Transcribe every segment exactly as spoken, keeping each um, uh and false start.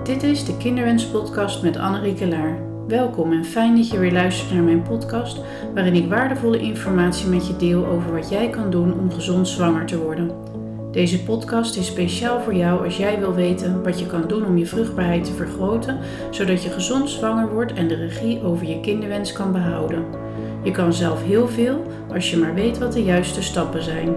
Dit is de Kinderwens-podcast met Annerieke Laar. Welkom en fijn dat je weer luistert naar mijn podcast, waarin ik waardevolle informatie met je deel over wat jij kan doen om gezond zwanger te worden. Deze podcast is speciaal voor jou als jij wil weten wat je kan doen om je vruchtbaarheid te vergroten, zodat je gezond zwanger wordt en de regie over je kinderwens kan behouden. Je kan zelf heel veel als je maar weet wat de juiste stappen zijn.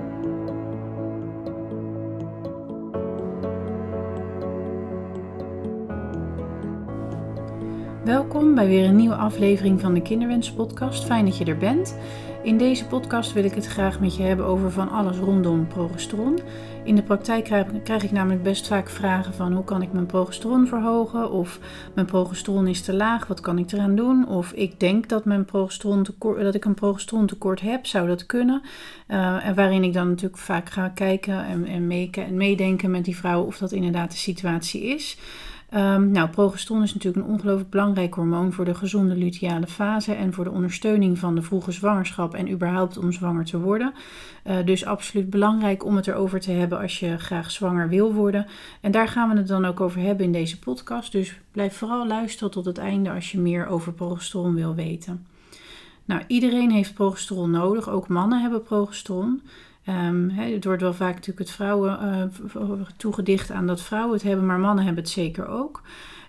Welkom bij weer een nieuwe aflevering van de Kinderwens podcast. Fijn dat je er bent. In deze podcast wil ik het graag met je hebben over van alles rondom progesteron. In de praktijk krijg, krijg ik namelijk best vaak vragen van hoe kan ik mijn progesteron verhogen? Of mijn progesteron is te laag, wat kan ik eraan doen? Of ik denk dat, mijn progesteron tekort, dat ik een progesterontekort heb, zou dat kunnen? Uh, en waarin ik dan natuurlijk vaak ga kijken en, en, mee, en meedenken met die vrouwen of dat inderdaad de situatie is. Um, nou, progesteron is natuurlijk een ongelooflijk belangrijk hormoon voor de gezonde luteale fase en voor de ondersteuning van de vroege zwangerschap en überhaupt om zwanger te worden. Uh, dus absoluut belangrijk om het erover te hebben als je graag zwanger wil worden. En daar gaan we het dan ook over hebben in deze podcast. Dus blijf vooral luisteren tot het einde als je meer over progesteron wil weten. Nou, iedereen heeft progesteron nodig, ook mannen hebben progesteron. Um, he, het wordt wel vaak natuurlijk het vrouwen uh, toegedicht aan dat vrouwen het hebben, maar mannen hebben het zeker ook.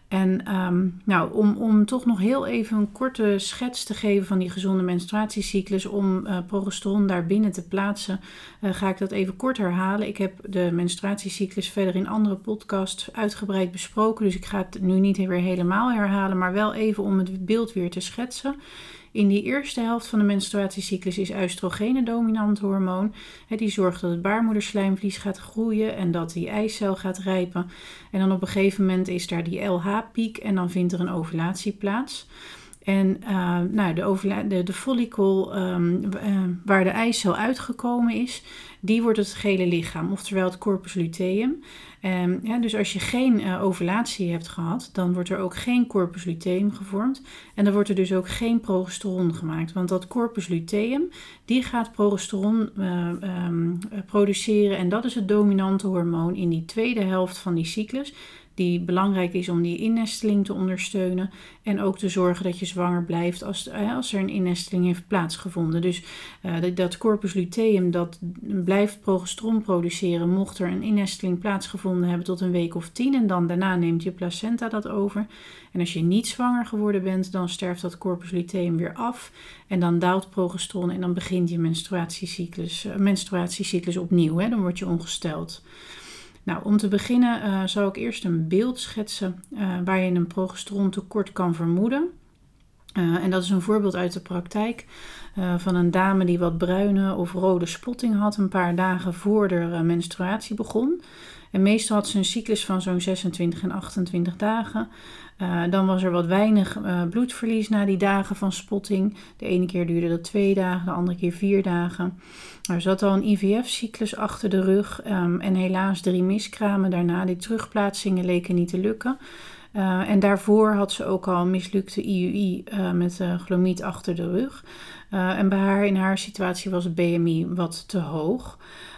En um, nou, om, om toch nog heel even een korte schets te geven van die gezonde menstruatiecyclus, om uh, progesteron daar binnen te plaatsen, uh, ga ik dat even kort herhalen. Ik heb de menstruatiecyclus verder in andere podcasts uitgebreid besproken, dus ik ga het nu niet weer helemaal herhalen, maar wel even om het beeld weer te schetsen. In die eerste helft van de menstruatiecyclus is oestrogeen het dominante hormoon. Die zorgt dat het baarmoederslijmvlies gaat groeien en dat die eicel gaat rijpen. En dan op een gegeven moment is daar die L H-piek en dan vindt er een ovulatie plaats. En uh, nou, de, ovula- de, de follicle um, uh, waar de eicel uitgekomen is, die wordt het gele lichaam, oftewel het corpus luteum. Um, ja, dus als je geen uh, ovulatie hebt gehad, dan wordt er ook geen corpus luteum gevormd. En dan wordt er dus ook geen progesteron gemaakt. Want dat corpus luteum, die gaat progesteron uh, um, produceren. En dat is het dominante hormoon in die tweede helft van die cyclus. Die belangrijk is om die innesteling te ondersteunen. En ook te zorgen dat je zwanger blijft als, als er een innesteling heeft plaatsgevonden. Dus uh, dat, dat corpus luteum dat blijft progesteron produceren mocht er een innesteling plaatsgevonden hebben tot een week of tien. En dan daarna neemt je placenta dat over. En als je niet zwanger geworden bent, dan sterft dat corpus luteum weer af. En dan daalt progesteron en dan begint je menstruatiecyclus, uh, menstruatiecyclus opnieuw. Hè? Dan word je ongesteld. Nou, om te beginnen uh, zal ik eerst een beeld schetsen uh, waar je een progesterontekort kan vermoeden. Uh, en dat is een voorbeeld uit de praktijk uh, van een dame die wat bruine of rode spotting had een paar dagen voor de uh, menstruatie begon. En meestal had ze een cyclus van zo'n zesentwintig en achtentwintig dagen. Uh, dan was er wat weinig uh, bloedverlies na die dagen van spotting. De ene keer duurde dat twee dagen, de andere keer vier dagen. Er zat al een I V F-cyclus achter de rug um, en helaas drie miskramen daarna. Die terugplaatsingen leken niet te lukken. Uh, en daarvoor had ze ook al een mislukte I U I uh, met uh, chlomiet achter de rug. Uh, en bij haar, in haar situatie was het B M I wat te hoog.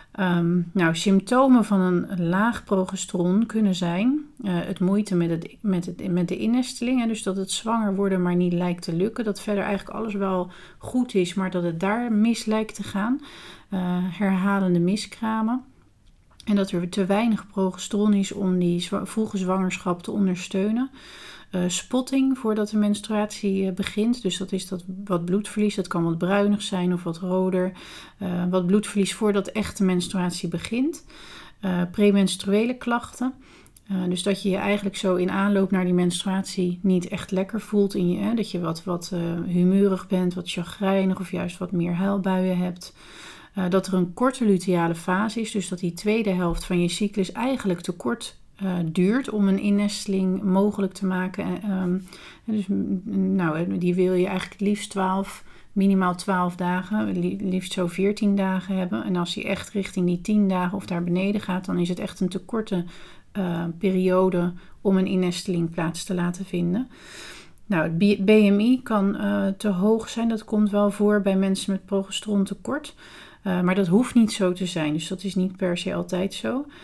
Um, nou, symptomen van een laag progesteron kunnen zijn uh, het moeite met, het, met, het, met de innesteling. Hè, dus dat het zwanger worden maar niet lijkt te lukken. Dat verder eigenlijk alles wel goed is, maar dat het daar mis lijkt te gaan. Uh, herhalende miskramen. En dat er te weinig progesteron is om die zwa- vroege zwangerschap te ondersteunen. Uh, spotting voordat de menstruatie uh, begint. Dus dat is dat wat bloedverlies. Dat kan wat bruinig zijn of wat roder. Uh, wat bloedverlies voordat echt de menstruatie begint. Uh, premenstruele klachten. Uh, dus dat je je eigenlijk zo in aanloop naar die menstruatie niet echt lekker voelt. In je, hè? Dat je wat, wat uh, humeurig bent, wat chagrijnig of juist wat meer huilbuien hebt. Uh, dat er een korte luteale fase is. Dus dat die tweede helft van je cyclus eigenlijk te kort Uh, duurt om een innesteling mogelijk te maken. Um, dus, nou, die wil je eigenlijk het liefst twaalf, minimaal twaalf dagen, liefst zo veertien dagen hebben. En als die echt richting die tien dagen of daar beneden gaat, dan is het echt een te korte uh, periode om een innesteling plaats te laten vinden. Nou, het B M I kan uh, te hoog zijn. Dat komt wel voor bij mensen met progesterontekort. Uh, maar dat hoeft niet zo te zijn. Dus dat is niet per se altijd zo.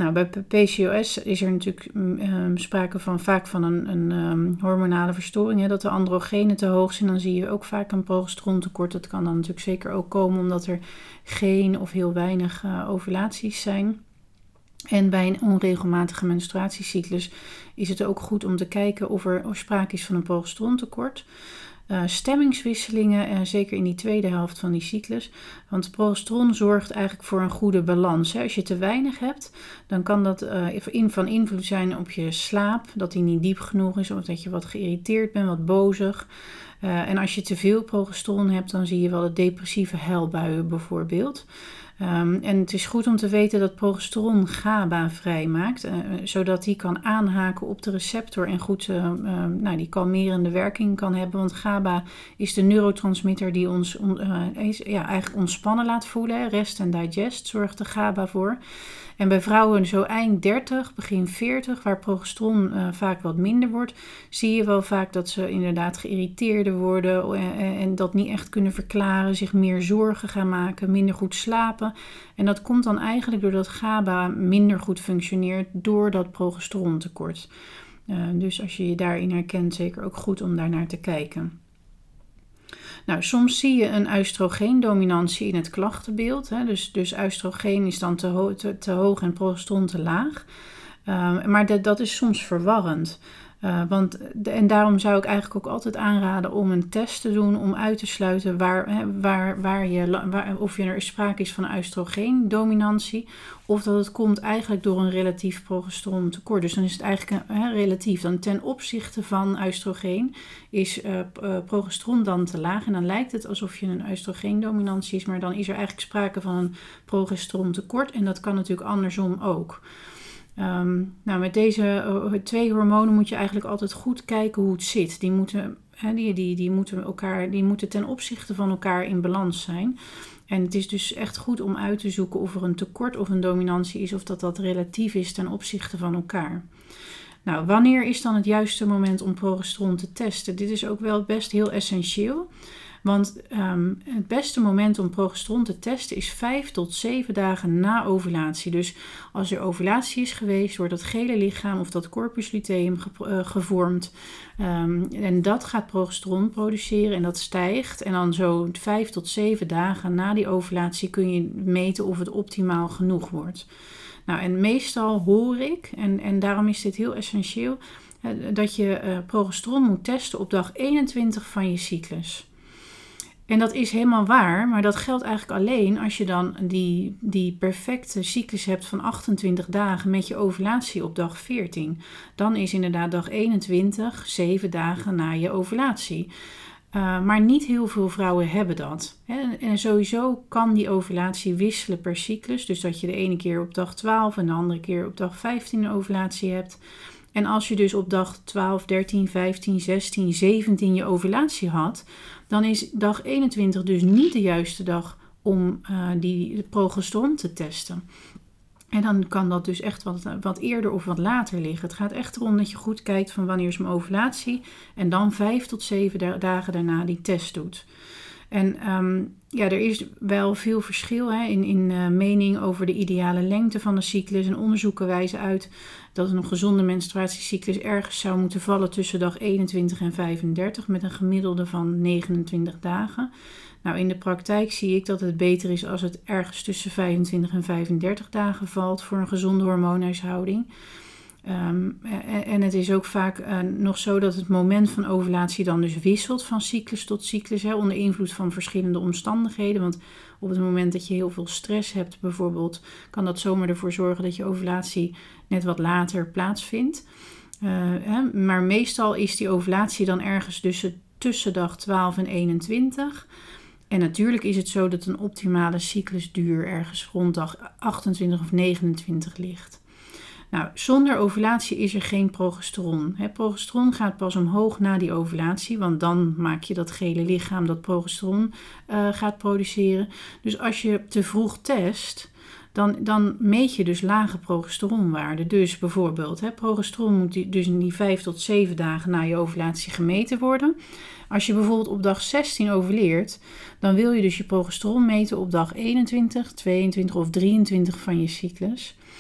Nou, bij P C O S is er natuurlijk um, sprake van vaak van een, een um, hormonale verstoring. Hè, dat de androgenen te hoog zijn. Dan zie je ook vaak een progesterontekort. Dat kan dan natuurlijk zeker ook komen omdat er geen of heel weinig uh, ovulaties zijn. En bij een onregelmatige menstruatiecyclus is het ook goed om te kijken of er sprake is van een progesterontekort. Uh, stemmingswisselingen, uh, zeker in die tweede helft van die cyclus. Want progesteron zorgt eigenlijk voor een goede balans. Hè. Als je te weinig hebt, dan kan dat uh, in, van invloed zijn op je slaap. Dat die niet diep genoeg is of dat je wat geïrriteerd bent, wat bozig. Uh, en als je te veel progesteron hebt, dan zie je wel de depressieve huilbuien bijvoorbeeld. Um, en het is goed om te weten dat progesteron GABA vrijmaakt, uh, zodat die kan aanhaken op de receptor en goed uh, uh, nou, die kalmerende werking kan hebben. Want GABA is de neurotransmitter die ons uh, is, ja, eigenlijk ontspannen laat voelen. Rest en digest zorgt de GABA voor. En bij vrouwen zo eind dertig, begin veertig, waar progesteron uh, vaak wat minder wordt, zie je wel vaak dat ze inderdaad geïrriteerder worden en, en dat niet echt kunnen verklaren, zich meer zorgen gaan maken, minder goed slapen. En dat komt dan eigenlijk doordat GABA minder goed functioneert door dat progesterontekort. Uh, dus als je je daarin herkent, zeker ook goed om daar naar te kijken. Nou, soms zie je een oestrogeendominantie in het klachtenbeeld. Hè? Dus, dus oestrogeen is dan te, ho- te, te hoog en progesteron te laag. Uh, maar dat, dat is soms verwarrend. Uh, want, de, en daarom zou ik eigenlijk ook altijd aanraden om een test te doen om uit te sluiten waar, hè, waar, waar je, waar, of er sprake is van een oestrogeendominantie of dat het komt eigenlijk door een relatief progesterontekort. Dus dan is het eigenlijk hè, relatief. Dan ten opzichte van oestrogeen is uh, progesteron dan te laag en dan lijkt het alsof je een oestrogeendominantie is, maar dan is er eigenlijk sprake van een progesterontekort en dat kan natuurlijk andersom ook. Um, nou, met deze uh, twee hormonen moet je eigenlijk altijd goed kijken hoe het zit. Die moeten, hè, die, die, die, moeten elkaar, die moeten ten opzichte van elkaar in balans zijn. En het is dus echt goed om uit te zoeken of er een tekort of een dominantie is of dat dat relatief is ten opzichte van elkaar. Nou, wanneer is dan het juiste moment om progesteron te testen? Dit is ook wel best heel essentieel. Want um, het beste moment om progesteron te testen is vijf tot zeven dagen na ovulatie. Dus als er ovulatie is geweest, wordt dat gele lichaam of dat corpus luteum ge- uh, gevormd. Um, en dat gaat progesteron produceren en dat stijgt. En dan zo vijf tot zeven dagen na die ovulatie kun je meten of het optimaal genoeg wordt. Nou, en meestal hoor ik, en, en daarom is dit heel essentieel, uh, dat je uh, progesteron moet testen op dag eenentwintig van je cyclus. En dat is helemaal waar, maar dat geldt eigenlijk alleen als je dan die, die perfecte cyclus hebt van achtentwintig dagen met je ovulatie op dag veertien. Dan is inderdaad dag eenentwintig, zeven dagen na je ovulatie. Uh, maar niet heel veel vrouwen hebben dat. Hè? En sowieso kan die ovulatie wisselen per cyclus. Dus dat je de ene keer op dag twaalf en de andere keer op dag vijftien een ovulatie hebt. En als je dus op dag twaalf, dertien, vijftien, zestien, zeventien je ovulatie had, dan is dag eenentwintig dus niet de juiste dag om uh, die progesteron te testen. En dan kan dat dus echt wat, wat eerder of wat later liggen. Het gaat echt erom dat je goed kijkt van wanneer is mijn ovulatie en dan vijf tot zeven da- dagen daarna die test doet. En um, ja, er is wel veel verschil hè, in, in uh, mening over de ideale lengte van de cyclus. En onderzoeken wijzen uit dat een gezonde menstruatiecyclus ergens zou moeten vallen tussen dag eenentwintig en vijfendertig met een gemiddelde van negenentwintig dagen. Nou, in de praktijk zie ik dat het beter is als het ergens tussen vijfentwintig en vijfendertig dagen valt voor een gezonde hormoonhuishouding. Um, en, en het is ook vaak uh, nog zo dat het moment van ovulatie dan dus wisselt van cyclus tot cyclus, hè, onder invloed van verschillende omstandigheden. Want op het moment dat je heel veel stress hebt bijvoorbeeld, kan dat zomaar ervoor zorgen dat je ovulatie net wat later plaatsvindt. Uh, hè, maar meestal is die ovulatie dan ergens tussen, tussen dag twaalf en eenentwintig. En natuurlijk is het zo dat een optimale cyclusduur ergens rond dag achtentwintig of negenentwintig ligt. Nou, zonder ovulatie is er geen progesteron. He, progesteron gaat pas omhoog na die ovulatie, want dan maak je dat gele lichaam dat progesteron uh, gaat produceren. Dus als je te vroeg test, dan, dan meet je dus lage progesteronwaarden. Dus bijvoorbeeld, he, progesteron moet dus in die vijf tot zeven dagen na je ovulatie gemeten worden. Als je bijvoorbeeld op dag zestien ovuleert, dan wil je dus je progesteron meten op dag eenentwintig, tweeëntwintig of drieëntwintig van je cyclus.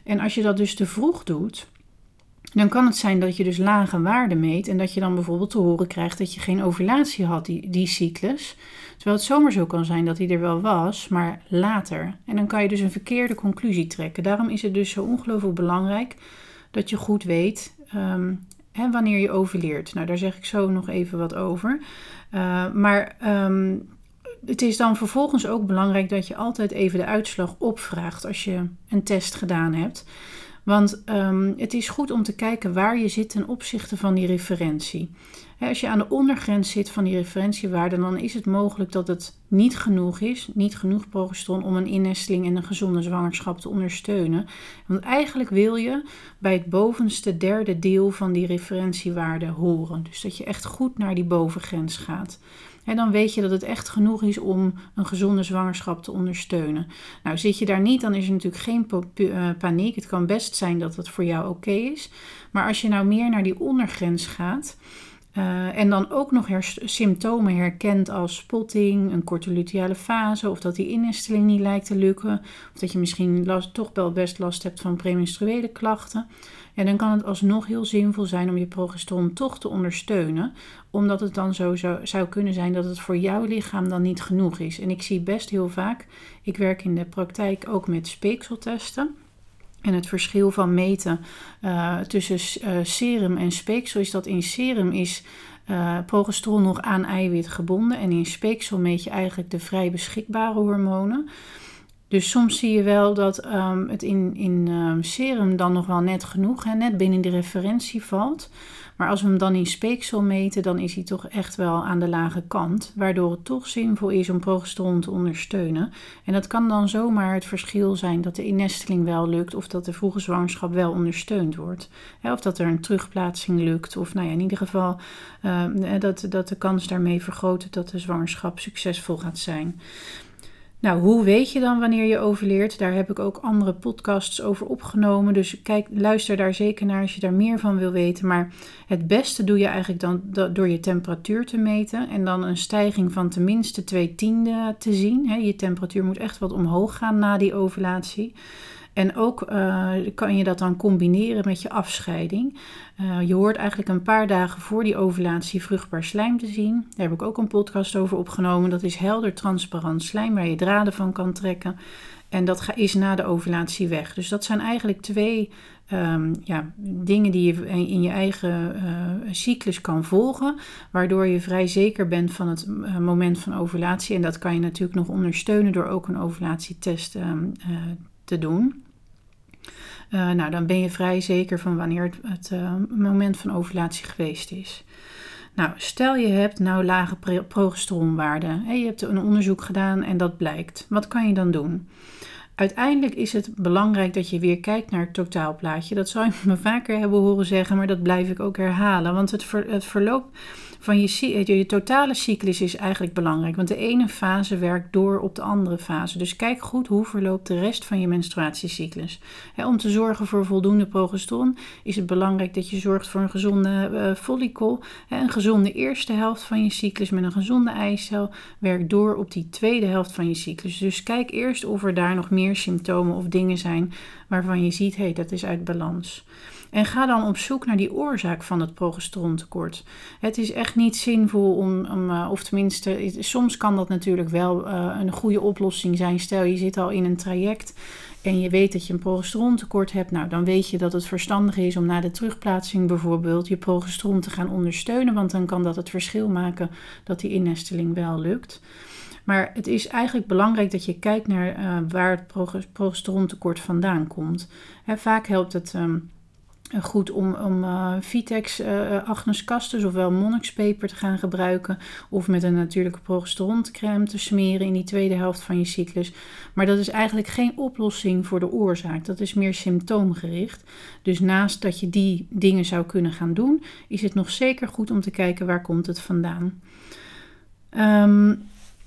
En als je dat dus te vroeg doet, dan kan het zijn dat je dus lage waarden meet en dat je dan bijvoorbeeld te horen krijgt dat je geen ovulatie had die, die cyclus. Terwijl het zomaar zo kan zijn dat die er wel was, maar later. En dan kan je dus een verkeerde conclusie trekken. Daarom is het dus zo ongelooflijk belangrijk dat je goed weet um, hè, wanneer je ovuleert. Nou, daar zeg ik zo nog even wat over. Uh, maar um, het is dan vervolgens ook belangrijk dat je altijd even de uitslag opvraagt als je een test gedaan hebt. Want um, het is goed om te kijken waar je zit ten opzichte van die referentie. He, als je aan de ondergrens zit van die referentiewaarde, dan is het mogelijk dat het niet genoeg is, niet genoeg progesteron om een innesteling en een gezonde zwangerschap te ondersteunen. Want eigenlijk wil je bij het bovenste derde deel van die referentiewaarde horen. Dus dat je echt goed naar die bovengrens gaat. En dan weet je dat het echt genoeg is om een gezonde zwangerschap te ondersteunen. Nou, zit je daar niet, dan is er natuurlijk geen paniek. Het kan best zijn dat het voor jou oké is. Maar als je nou meer naar die ondergrens gaat uh, en dan ook nog her- symptomen herkent als spotting, een korte luteale fase, of dat die innesteling niet lijkt te lukken, of dat je misschien last, toch wel best last hebt van premenstruele klachten, ja, dan kan het alsnog heel zinvol zijn om je progesteron toch te ondersteunen, omdat het dan zo zou, zou kunnen zijn dat het voor jouw lichaam dan niet genoeg is. En ik zie best heel vaak, ik werk in de praktijk ook met speekseltesten. En het verschil van meten uh, tussen uh, serum en speeksel is dat in serum is uh, progesteron nog aan eiwit gebonden. En in speeksel meet je eigenlijk de vrij beschikbare hormonen. Dus soms zie je wel dat um, het in, in um, serum dan nog wel net genoeg, hè, net binnen de referentie valt. Maar als we hem dan in speeksel meten, dan is hij toch echt wel aan de lage kant. Waardoor het toch zinvol is om progesteron te ondersteunen. En dat kan dan zomaar het verschil zijn dat de innesteling wel lukt of dat de vroege zwangerschap wel ondersteund wordt. Hè, of dat er een terugplaatsing lukt of nou ja, in ieder geval uh, dat, dat de kans daarmee vergroot dat de zwangerschap succesvol gaat zijn. Nou, hoe weet je dan wanneer je ovuleert? Daar heb ik ook andere podcasts over opgenomen. Dus kijk, luister daar zeker naar als je daar meer van wil weten. Maar het beste doe je eigenlijk dan door je temperatuur te meten. En dan een stijging van tenminste twee tiende te zien. Je temperatuur moet echt wat omhoog gaan na die ovulatie. En ook uh, kan je dat dan combineren met je afscheiding. Uh, je hoort eigenlijk een paar dagen voor die ovulatie vruchtbaar slijm te zien. Daar heb ik ook een podcast over opgenomen. Dat is helder transparant slijm waar je draden van kan trekken. En dat is na de ovulatie weg. Dus dat zijn eigenlijk twee um, ja, dingen die je in je eigen uh, cyclus kan volgen. Waardoor je vrij zeker bent van het uh, moment van ovulatie. En dat kan je natuurlijk nog ondersteunen door ook een ovulatietest um, uh, te doen. Uh, nou, dan ben je vrij zeker van wanneer het, het uh, moment van ovulatie geweest is. Nou, stel je hebt nou lage pre- progesteronwaarden. Hey, je hebt een onderzoek gedaan en dat blijkt. Wat kan je dan doen? Uiteindelijk is het belangrijk dat je weer kijkt naar het totaalplaatje. Dat zou je me vaker hebben horen zeggen, maar dat blijf ik ook herhalen. Want het, ver, het verloop van je, je totale cyclus is eigenlijk belangrijk. Want de ene fase werkt door op de andere fase. Dus kijk goed hoe verloopt de rest van je menstruatiecyclus. He, om te zorgen voor voldoende progesteron is het belangrijk dat je zorgt voor een gezonde uh, follikel. He, een gezonde eerste helft van je cyclus met een gezonde eicel werkt door op die tweede helft van je cyclus. Dus kijk eerst of er daar nog meer symptomen of dingen zijn waarvan je ziet, hé, hey, dat is uit balans. En ga dan op zoek naar die oorzaak van het progesterontekort. Het is echt niet zinvol om, om uh, of tenminste, soms kan dat natuurlijk wel uh, een goede oplossing zijn. Stel je zit al in een traject en je weet dat je een progesterontekort hebt. Nou, dan weet je dat het verstandig is om na de terugplaatsing bijvoorbeeld je progesteron te gaan ondersteunen. Want dan kan dat het verschil maken dat die innesteling wel lukt. Maar het is eigenlijk belangrijk dat je kijkt naar uh, waar het progesterontekort vandaan komt. Hè, vaak helpt het um, goed om, om uh, Vitex uh, Agnus Castus ofwel monnikspeper te gaan gebruiken. Of met een natuurlijke progesteroncrème te smeren in die tweede helft van je cyclus. Maar dat is eigenlijk geen oplossing voor de oorzaak. Dat is meer symptoomgericht. Dus naast dat je die dingen zou kunnen gaan doen, is het nog zeker goed om te kijken waar komt het vandaan. Um,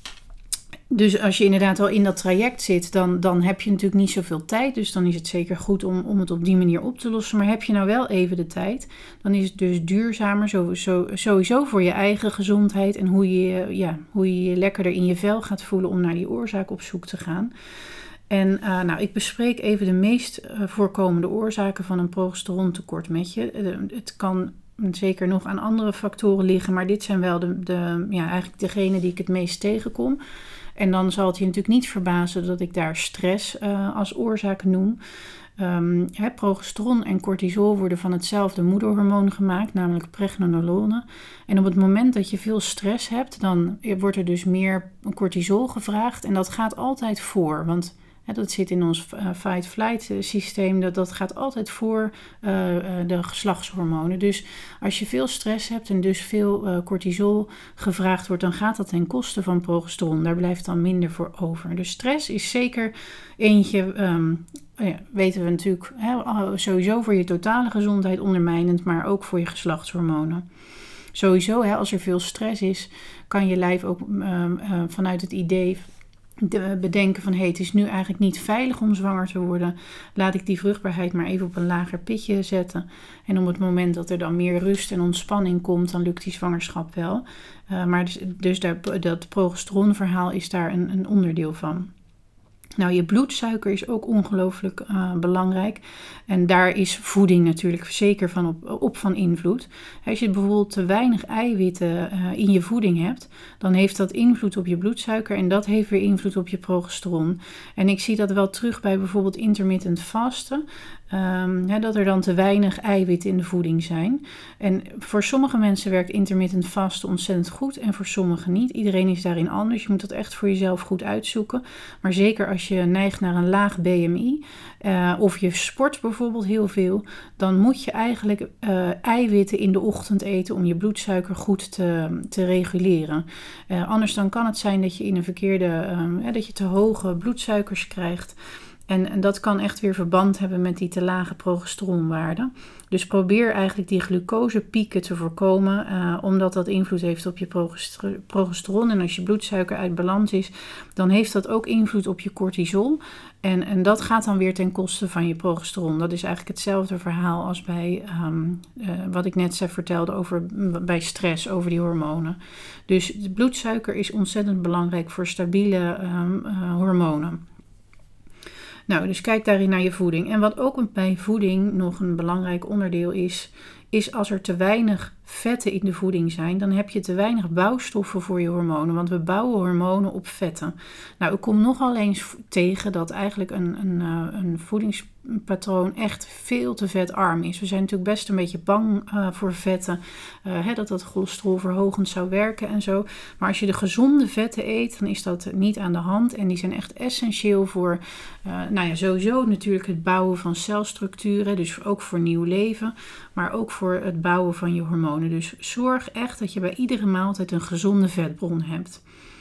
Dus als je inderdaad al in dat traject zit, dan, dan heb je natuurlijk niet zoveel tijd. Dus dan is het zeker goed om, om het op die manier op te lossen. Maar heb je nou wel even de tijd, dan is het dus duurzamer zo, zo, sowieso voor je eigen gezondheid. En hoe je, ja, hoe je je lekkerder in je vel gaat voelen om naar die oorzaak op zoek te gaan. En uh, nou, ik bespreek even de meest uh, voorkomende oorzaken van een progesterontekort met je. Uh, het kan zeker nog aan andere factoren liggen, maar dit zijn wel de, de, ja, eigenlijk degene die ik het meest tegenkom. En dan zal het je natuurlijk niet verbazen dat ik daar stress uh, als oorzaak noem. Um, he, progesteron en cortisol worden van hetzelfde moederhormoon gemaakt, namelijk pregnenolone. En op het moment dat je veel stress hebt, dan wordt er dus meer cortisol gevraagd. En dat gaat altijd voor, want he, dat zit in ons uh, fight-flight systeem. Dat, dat gaat altijd voor uh, uh, de geslachtshormonen. Dus als je veel stress hebt en dus veel uh, cortisol gevraagd wordt, dan gaat dat ten koste van progesteron. Daar blijft dan minder voor over. Dus stress is zeker eentje... Um, Ja, weten we natuurlijk hè, sowieso voor je totale gezondheid ondermijnend, maar ook voor je geslachtshormonen. Sowieso, hè, als er veel stress is, kan je lijf ook uh, uh, vanuit het idee de, bedenken van hey, het is nu eigenlijk niet veilig om zwanger te worden. Laat ik die vruchtbaarheid maar even op een lager pitje zetten. En op het moment dat er dan meer rust en ontspanning komt, dan lukt die zwangerschap wel. Uh, maar dus, dus daar, dat progesteronverhaal is daar een, een onderdeel van. Nou, je bloedsuiker is ook ongelooflijk uh, belangrijk. En daar is voeding natuurlijk zeker van op, op van invloed. Als je bijvoorbeeld te weinig eiwitten uh, in je voeding hebt, dan heeft dat invloed op je bloedsuiker en dat heeft weer invloed op je progesteron. En ik zie dat wel terug bij bijvoorbeeld intermittent vasten. Um, hè, dat er dan te weinig eiwitten in de voeding zijn. En voor sommige mensen werkt intermittent vasten ontzettend goed en voor sommigen niet. Iedereen is daarin anders. Je moet dat echt voor jezelf goed uitzoeken. Maar zeker als je neigt naar een laag B M I uh, of je sport bijvoorbeeld heel veel, dan moet je eigenlijk uh, eiwitten in de ochtend eten om je bloedsuiker goed te, te reguleren. Uh, anders dan kan het zijn dat je in een verkeerde, um, hè, dat je te hoge bloedsuikers krijgt. En, en dat kan echt weer verband hebben met die te lage progesteronwaarden. Dus probeer eigenlijk die glucosepieken te voorkomen, uh, omdat dat invloed heeft op je progester- progesteron. En als je bloedsuiker uit balans is, dan heeft dat ook invloed op je cortisol. En, en dat gaat dan weer ten koste van je progesteron. Dat is eigenlijk hetzelfde verhaal als bij um, uh, wat ik net vertelde over, bij stress, over die hormonen. Dus de bloedsuiker is ontzettend belangrijk voor stabiele um, uh, hormonen. Nou, dus kijk daarin naar je voeding. En wat ook bij voeding nog een belangrijk onderdeel is, is als er te weinig vetten in de voeding zijn, dan heb je te weinig bouwstoffen voor je hormonen, want we bouwen hormonen op vetten. Nou, ik kom nogal eens tegen dat eigenlijk een, een, een voedingspatroon echt veel te vetarm is. We zijn natuurlijk best een beetje bang uh, voor vetten, uh, hè, dat dat cholesterolverhogend zou werken en zo. Maar als je de gezonde vetten eet, dan is dat niet aan de hand en die zijn echt essentieel voor, uh, nou ja, sowieso natuurlijk het bouwen van celstructuren, dus ook voor nieuw leven, maar ook voor het bouwen van je hormonen. Dus zorg echt dat je bij iedere maaltijd een gezonde vetbron hebt.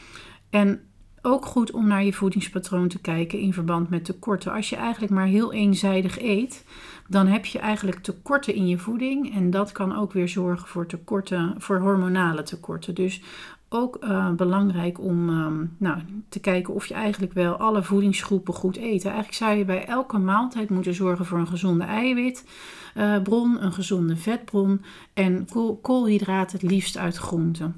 En ook goed om naar je voedingspatroon te kijken in verband met tekorten. Als je eigenlijk maar heel eenzijdig eet, dan heb je eigenlijk tekorten in je voeding. En dat kan ook weer zorgen voor tekorten, voor hormonale tekorten. Dus ook uh, belangrijk om um, nou, te kijken of je eigenlijk wel alle voedingsgroepen goed eet. Eigenlijk zou je bij elke maaltijd moeten zorgen voor een gezonde eiwitbron, uh, een gezonde vetbron en kool- koolhydraten het liefst uit groenten.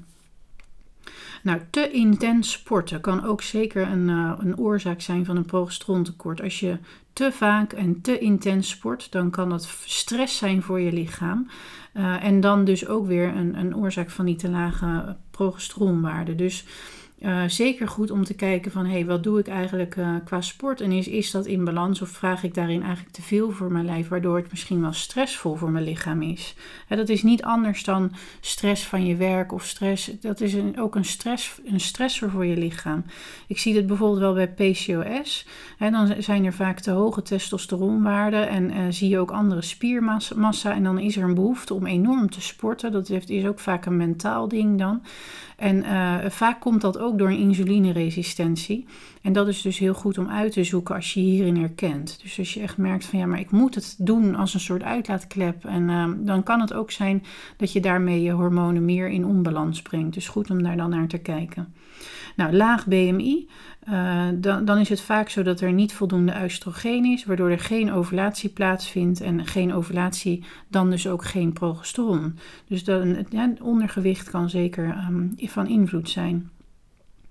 Nou, te intens sporten kan ook zeker een, uh, een oorzaak zijn van een progesterontekort. Als je te vaak en te intens sport, dan kan dat stress zijn voor je lichaam. Uh, en dan dus ook weer een, een oorzaak van die te lage progesteronwaarde. Dus uh, zeker goed om te kijken van, hé, hey, wat doe ik eigenlijk uh, qua sport? En is, is dat in balans of vraag ik daarin eigenlijk te veel voor mijn lijf, waardoor het misschien wel stressvol voor mijn lichaam is? Hè, dat is niet anders dan stress van je werk of stress. Dat is een, ook een, stress, een stressor voor je lichaam. Ik zie dit bijvoorbeeld wel bij P C O S. Hè, dan zijn er vaak te hoge testosteronwaarden en uh, zie je ook andere spiermassa. En dan is er een behoefte om enorm te sporten. Dat heeft, is ook vaak een mentaal ding dan. En uh, vaak komt dat ook door een insulineresistentie. En dat is dus heel goed om uit te zoeken als je je hierin herkent. Dus als je echt merkt van ja, maar ik moet het doen als een soort uitlaatklep. En uh, dan kan het ook zijn dat je daarmee je hormonen meer in onbalans brengt. Dus goed om daar dan naar te kijken. Nou, laag B M I, uh, dan, dan is het vaak zo dat er niet voldoende oestrogeen is, waardoor er geen ovulatie plaatsvindt en geen ovulatie, dan dus ook geen progesteron. Dus dan, ja, ondergewicht kan zeker um, van invloed zijn.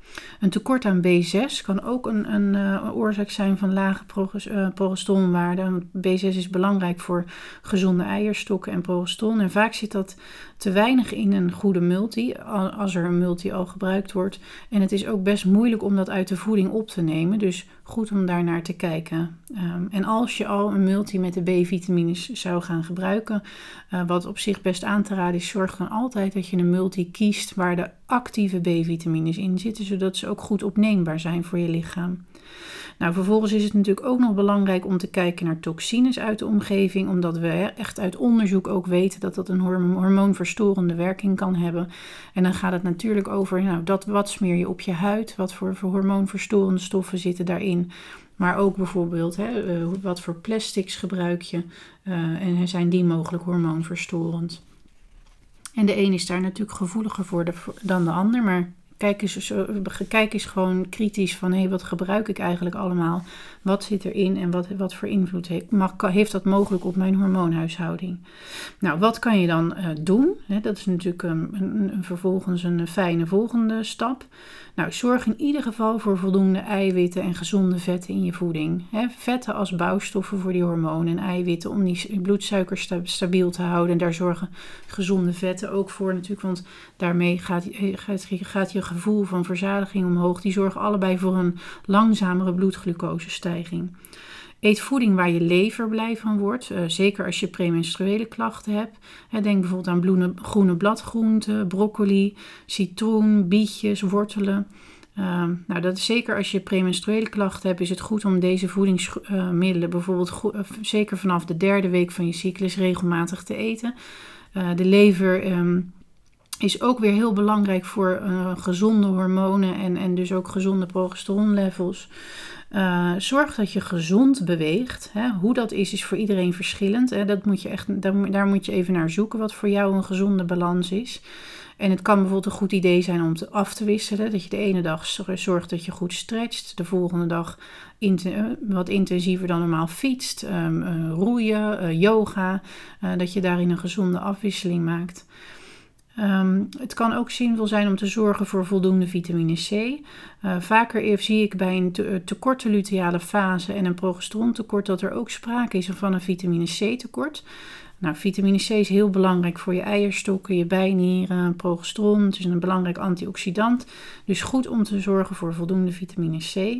Een tekort aan B zes kan ook een, een, uh, oorzaak zijn van lage progest- uh, progesteronwaarden. B zes is belangrijk voor gezonde eierstokken en progesteron. En vaak zit dat te weinig in een goede multi, als er een multi al gebruikt wordt. En het is ook best moeilijk om dat uit de voeding op te nemen. Dus goed om daar naar te kijken. Um, en als je al een multi met de B-vitamines zou gaan gebruiken, uh, wat op zich best aan te raden is, zorg dan altijd dat je een multi kiest waar de actieve B-vitamines in zitten, zodat ze ook goed opneembaar zijn voor je lichaam. Nou, vervolgens is het natuurlijk ook nog belangrijk om te kijken naar toxines uit de omgeving, omdat we echt uit onderzoek ook weten dat dat een hormoonverstorende werking kan hebben. En dan gaat het natuurlijk over, nou, dat, wat smeer je op je huid, wat voor, voor hormoonverstorende stoffen zitten daarin. Maar ook bijvoorbeeld, hè, uh, wat voor plastics gebruik je uh, en zijn die mogelijk hormoonverstorend. En de een is daar natuurlijk gevoeliger voor de, dan de ander, maar kijk eens, kijk eens gewoon kritisch van, hé, hey, wat gebruik ik eigenlijk allemaal? Wat zit erin en wat, wat voor invloed heeft, mag, heeft dat mogelijk op mijn hormoonhuishouding? Nou, wat kan je dan uh, doen? He, dat is natuurlijk een, een, een, vervolgens een fijne volgende stap. Nou, zorg in ieder geval voor voldoende eiwitten en gezonde vetten in je voeding. He, vetten als bouwstoffen voor die hormonen en eiwitten om die bloedsuiker sta, stabiel te houden. En daar zorgen gezonde vetten ook voor natuurlijk, want daarmee gaat, gaat, gaat je gevoel van verzadiging omhoog. Die zorgen allebei voor een langzamere bloedglucosestijging. Eet voeding waar je lever blij van wordt, uh, zeker als je premenstruele klachten hebt. He, denk bijvoorbeeld aan bloene, groene bladgroenten, broccoli, citroen, bietjes, wortelen. Uh, nou, dat is zeker als je premenstruele klachten hebt, is het goed om deze voedingsmiddelen uh, bijvoorbeeld go- uh, zeker vanaf de derde week van je cyclus regelmatig te eten. Uh, de lever um, is ook weer heel belangrijk voor uh, gezonde hormonen en, en dus ook gezonde progesteronlevels. Uh, zorg dat je gezond beweegt. Hè. Hoe dat is, is voor iedereen verschillend. Hè. Dat moet je echt, daar, daar moet je even naar zoeken wat voor jou een gezonde balans is. En het kan bijvoorbeeld een goed idee zijn om te af te wisselen. Dat je de ene dag zorgt dat je goed stretcht. De volgende dag inten- wat intensiever dan normaal fietst. Um, uh, roeien, uh, yoga. Uh, dat je daarin een gezonde afwisseling maakt. Um, het kan ook zinvol zijn om te zorgen voor voldoende vitamine C. Uh, vaker zie ik bij een te, tekorte luteale fase en een progesterontekort dat er ook sprake is van een vitamine C tekort. Nou, vitamine C is heel belangrijk voor je eierstokken, je bijnieren, progesteron. Het is een belangrijk antioxidant. Dus goed om te zorgen voor voldoende vitamine C.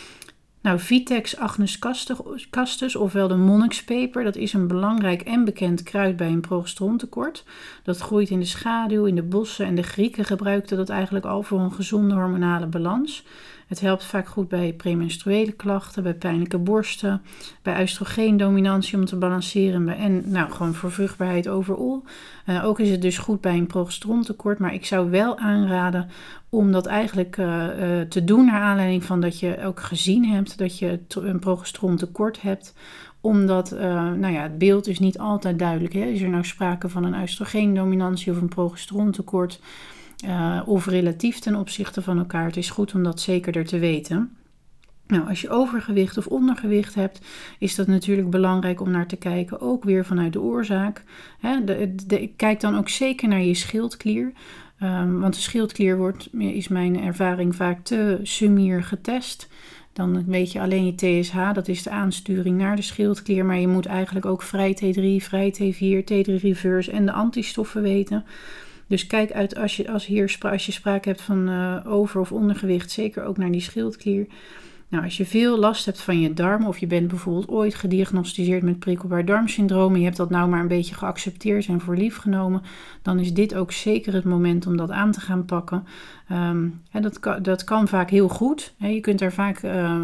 Nou, Vitex agnus castus, ofwel de monnikspeper, dat is een belangrijk en bekend kruid bij een progesterontekort. Dat groeit in de schaduw, in de bossen en de Grieken gebruikten dat eigenlijk al voor een gezonde hormonale balans. Het helpt vaak goed bij premenstruele klachten, bij pijnlijke borsten, bij oestrogeendominantie om te balanceren en nou, gewoon voor vruchtbaarheid overal. Uh, ook is het dus goed bij een progesterontekort, maar ik zou wel aanraden om dat eigenlijk uh, uh, te doen naar aanleiding van dat je ook gezien hebt dat je een progesterontekort hebt. Omdat uh, nou ja, het beeld is niet altijd duidelijk. Hè? Is er nou sprake van een oestrogeendominantie of een progesterontekort? Uh, of relatief ten opzichte van elkaar. Het is goed om dat zekerder te weten. Nou, als je overgewicht of ondergewicht hebt, is dat natuurlijk belangrijk om naar te kijken, ook weer vanuit de oorzaak. Hè, de, de, kijk dan ook zeker naar je schildklier, um, want de schildklier wordt, is mijn ervaring, vaak te sumier getest. Dan weet je alleen je T S H, dat is de aansturing naar de schildklier, maar je moet eigenlijk ook vrij T drie, vrij T vier, T drie reverse en de antistoffen weten. Dus kijk uit als je, als hier, als je sprake hebt van uh, over- of ondergewicht, zeker ook naar die schildklier. Nou, als je veel last hebt van je darmen of je bent bijvoorbeeld ooit gediagnosticeerd met prikkelbaar darmsyndroom en je hebt dat nou maar een beetje geaccepteerd en voor lief genomen, dan is dit ook zeker het moment om dat aan te gaan pakken. Um, hè, dat, kan, dat kan vaak heel goed. Hè, je kunt daar vaak, uh,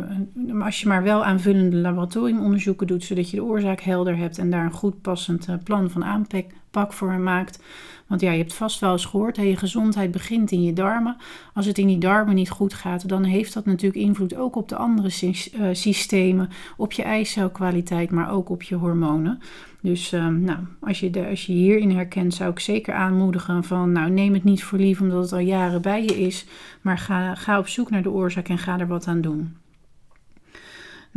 uh, als je maar wel aanvullende laboratoriumonderzoeken doet, zodat je de oorzaak helder hebt en daar een goed passend uh, plan van aanpak voor maakt. Want ja, je hebt vast wel eens gehoord, hè, je gezondheid begint in je darmen. Als het in die darmen niet goed gaat, dan heeft dat natuurlijk invloed ook op de andere sy- uh, systemen, op je eicelkwaliteit, maar ook op je hormonen. Dus um, nou, als je, de, als je hierin herkent, zou ik zeker aanmoedigen van, nou, neem het niet voor lief omdat het al jaren bij je is, maar ga, ga op zoek naar de oorzaak en ga er wat aan doen. Nou,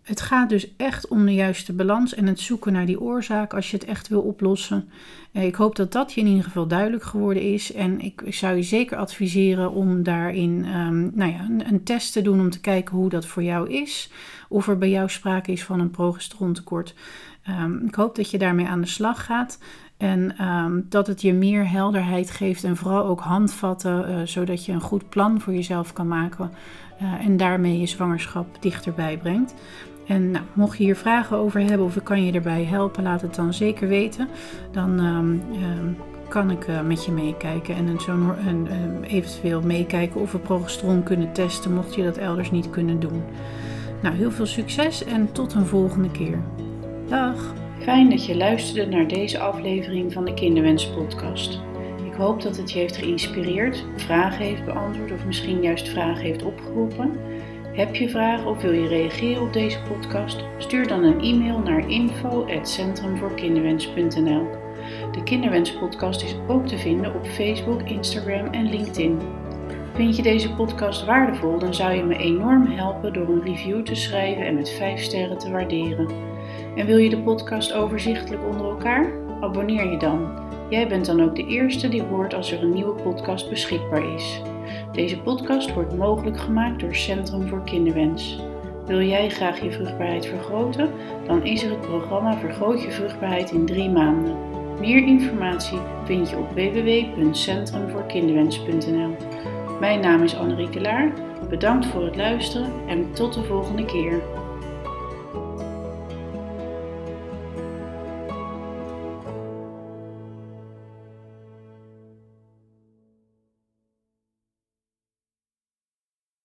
Het gaat dus echt om de juiste balans en het zoeken naar die oorzaak als je het echt wil oplossen. Ik hoop dat dat je in ieder geval duidelijk geworden is. En ik zou je zeker adviseren om daarin um, nou ja, een, een test te doen om te kijken hoe dat voor jou is. Of er bij jou sprake is van een progesterontekort. Um, ik hoop dat je daarmee aan de slag gaat. En um, dat het je meer helderheid geeft en vooral ook handvatten, uh, zodat je een goed plan voor jezelf kan maken. Uh, en daarmee je zwangerschap dichterbij brengt. En nou, mocht je hier vragen over hebben of ik kan je erbij helpen, laat het dan zeker weten. Dan um, um, kan ik uh, met je meekijken en zo uh, uh, eventueel meekijken of we progesteron kunnen testen, mocht je dat elders niet kunnen doen. Nou, heel veel succes en tot een volgende keer. Dag! Fijn dat je luisterde naar deze aflevering van de Kinderwens podcast. Ik hoop dat het je heeft geïnspireerd, vragen heeft beantwoord of misschien juist vragen heeft opgeroepen. Heb je vragen of wil je reageren op deze podcast? Stuur dan een e-mail naar info at centrumvoorkinderwens punt n l. De Kinderwens podcast is ook te vinden op Facebook, Instagram en LinkedIn. Vind je deze podcast waardevol, dan zou je me enorm helpen door een review te schrijven en met vijf sterren te waarderen. En wil je de podcast overzichtelijk onder elkaar? Abonneer je dan. Jij bent dan ook de eerste die hoort als er een nieuwe podcast beschikbaar is. Deze podcast wordt mogelijk gemaakt door Centrum voor Kinderwens. Wil jij graag je vruchtbaarheid vergroten? Dan is er het programma Vergroot je vruchtbaarheid in drie maanden. Meer informatie vind je op w w w punt centrumvoorkinderwens punt n l. Mijn naam is Annerieke Laar. Bedankt voor het luisteren en tot de volgende keer.